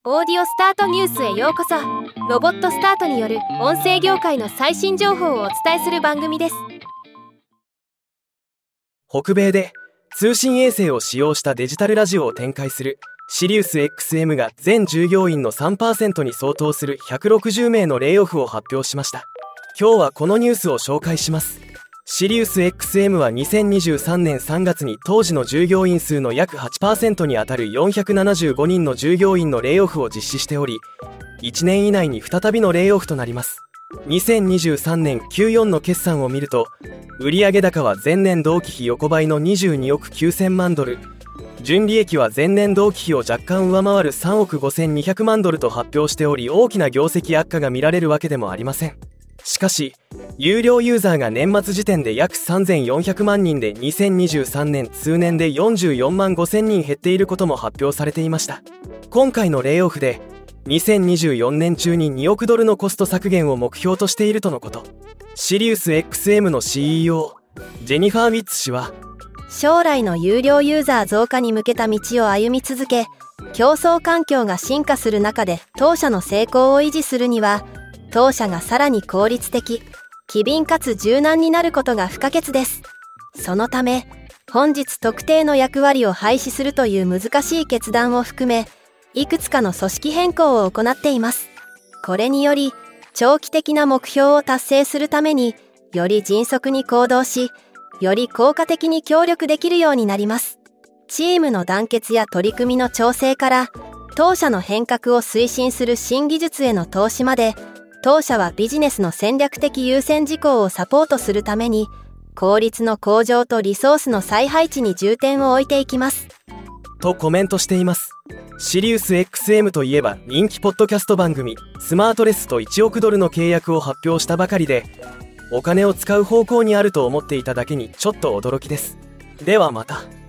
オーディオスタートニュースへようこそ。ロボットスタートによる音声業界の最新情報をお伝えする番組です。 北米で通信衛星を使用したデジタルラジオを展開するシリウス XM が全従業員の 3% に相当する160名のレイオフを発表しました。今日はこのニュースを紹介します。シリウス XM は2023年3月に当時の従業員数の約 8% にあたる475人の従業員のレイオフを実施しており、1年以内に再びのレイオフとなります。2023年 Q4 の決算を見ると、売上高は前年同期比横ばいの22億9000万ドル、純利益は前年同期比を若干上回る3億5200万ドルと発表しており、大きな業績悪化が見られるわけでもありません。しかし、有料ユーザーが年末時点で約3400万人で2023年通年で44万5000人減っていることも発表されていました。今回のレイオフで2024年中に2億ドルのコスト削減を目標としているとのこと。シリウス XM の CEO ジェニファー・ウィッツ氏は、 将来の有料ユーザー増加に向けた道を歩み続け、競争環境が進化する中で当社の成功を維持するには、当社がさらに効率的、機敏かつ柔軟になることが不可欠です。そのため、本日特定の役割を廃止するという難しい決断を含め、いくつかの組織変更を行っています。これにより、長期的な目標を達成するために、より迅速に行動し、より効果的に協力できるようになります。チームの団結や取り組みの調整から、当社の変革を推進する新技術への投資まで、当社はビジネスの戦略的優先事項をサポートするために、効率の向上とリソースの再配置に重点を置いていきます。 とコメントしています。シリウス XM といえば人気ポッドキャスト番組スマートレスと1億ドルの契約を発表したばかりで、お金を使う方向にあると思っていただけにちょっと驚きです。ではまた。